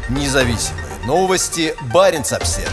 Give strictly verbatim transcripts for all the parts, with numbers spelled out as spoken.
Независимые новости. Баренц-Обсервер.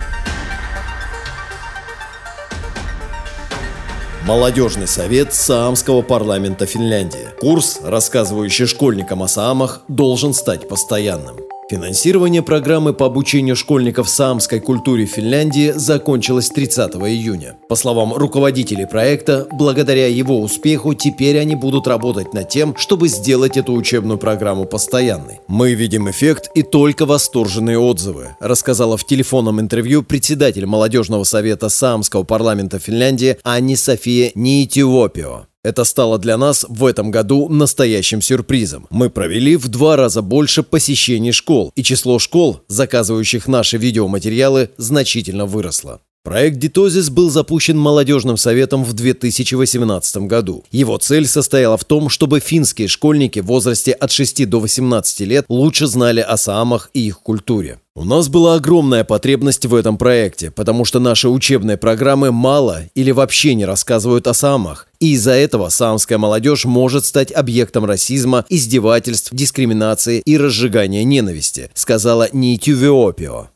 Молодежный совет Саамского парламента Финляндии. Курс, рассказывающий школьникам о Саамах, должен стать постоянным. Финансирование программы по обучению школьников саамской культуре в Финляндии закончилось тридцатого июня. По словам руководителей проекта, благодаря его успеху теперь они будут работать над тем, чтобы сделать эту учебную программу постоянной. «Мы видим эффект и только восторженные отзывы», рассказала в телефонном интервью председатель молодежного совета Саамского парламента Финляндии Анни-София Ниитювопио. Это стало для нас в этом году настоящим сюрпризом. Мы провели в два раза больше посещений школ, и число школ, заказывающих наши видеоматериалы, значительно выросло. Проект «Дитозис» был запущен молодежным советом в две тысячи восемнадцатом году. Его цель состояла в том, чтобы финские школьники в возрасте от шести до восемнадцати лет лучше знали о саамах и их культуре. У нас была огромная потребность в этом проекте, потому что наши учебные программы мало или вообще не рассказывают о саамах, и из-за этого саамская молодежь может стать объектом расизма, издевательств, дискриминации и разжигания ненависти, сказала Ниитювопио.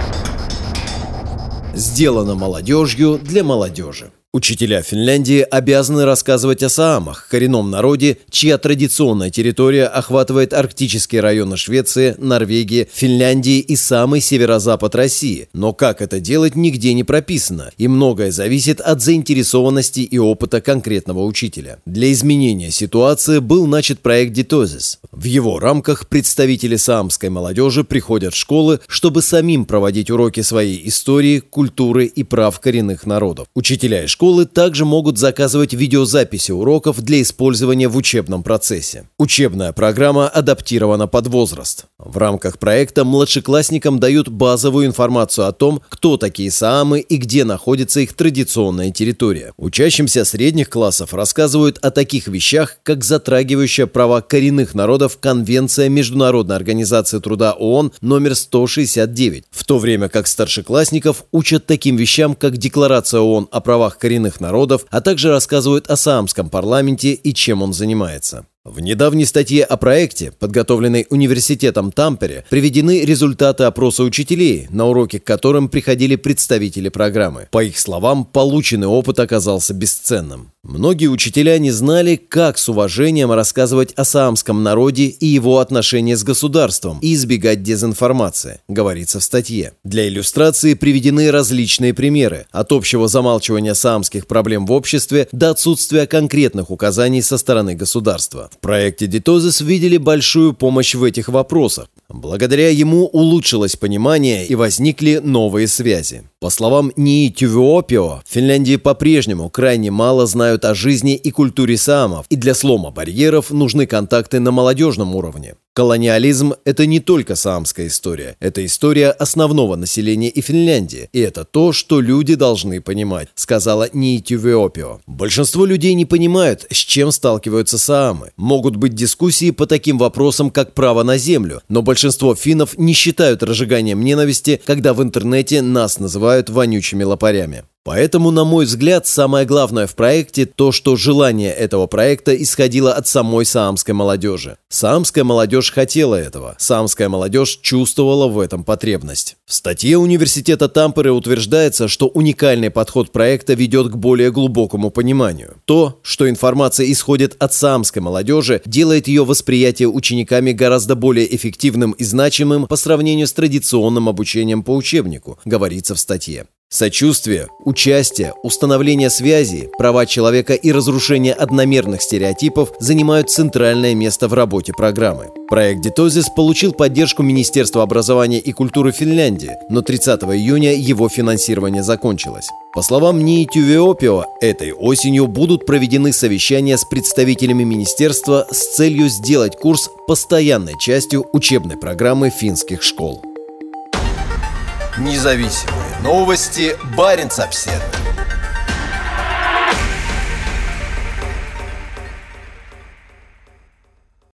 Сделано молодежью для молодежи. Учителя Финляндии обязаны рассказывать о саамах, коренном народе, чья традиционная территория охватывает арктические районы Швеции, Норвегии, Финляндии и самый северо-запад России. Но как это делать, нигде не прописано, и многое зависит от заинтересованности и опыта конкретного учителя. Для изменения ситуации был начат проект «Дитозис». В его рамках представители саамской молодежи приходят в школы, чтобы самим проводить уроки своей истории, культуры и прав коренных народов. Учителя и школы Школы также могут заказывать видеозаписи уроков для использования в учебном процессе. Учебная программа адаптирована под возраст. В рамках проекта младшеклассникам дают базовую информацию о том, кто такие саамы и где находится их традиционная территория. Учащимся средних классов рассказывают о таких вещах, как затрагивающая права коренных народов Конвенция Международной организации труда ООН номер сто шестьдесят девять, в то время как старшеклассников учат таким вещам, как Декларация ООН о правах коренных народов, а также рассказывают о саамском парламенте и чем он занимается. В недавней статье о проекте, подготовленной университетом Тампере, приведены результаты опроса учителей, на уроки к которым приходили представители программы. По их словам, полученный опыт оказался бесценным. Многие учителя не знали, как с уважением рассказывать о саамском народе и его отношения с государством и избегать дезинформации, говорится в статье. Для иллюстрации приведены различные примеры, от общего замалчивания саамских проблем в обществе до отсутствия конкретных указаний со стороны государства. В проекте «Дитозис» видели большую помощь в этих вопросах. Благодаря ему улучшилось понимание и возникли новые связи. По словам Ниитювопио, в Финляндии по-прежнему крайне мало знают о жизни и культуре саамов, и для слома барьеров нужны контакты на молодежном уровне. Колониализм – это не только саамская история, это история основного населения и Финляндии, и это то, что люди должны понимать, сказала Ниитювопио. Большинство людей не понимают, с чем сталкиваются саамы. Могут быть дискуссии по таким вопросам, как право на землю, но большинство финнов не считают разжиганием ненависти, когда в интернете нас называют вонючими лопарями. Поэтому, на мой взгляд, самое главное в проекте то, что желание этого проекта исходило от самой саамской молодежи. Саамская молодежь хотела этого. Саамская молодежь чувствовала в этом потребность. В статье университета Тампере утверждается, что уникальный подход проекта ведет к более глубокому пониманию. То, что информация исходит от саамской молодежи, делает ее восприятие учениками гораздо более эффективным и значимым по сравнению с традиционным обучением по учебнику, говорится в статье. Сочувствие, участие, установление связей, права человека и разрушение одномерных стереотипов занимают центральное место в работе программы. Проект «Дитозис» получил поддержку Министерства образования и культуры Финляндии, но тридцатого июня его финансирование закончилось. По словам Ниитювопио, этой осенью будут проведены совещания с представителями министерства с целью сделать курс постоянной частью учебной программы финских школ. Независимые новости. Баренц-Обсервер.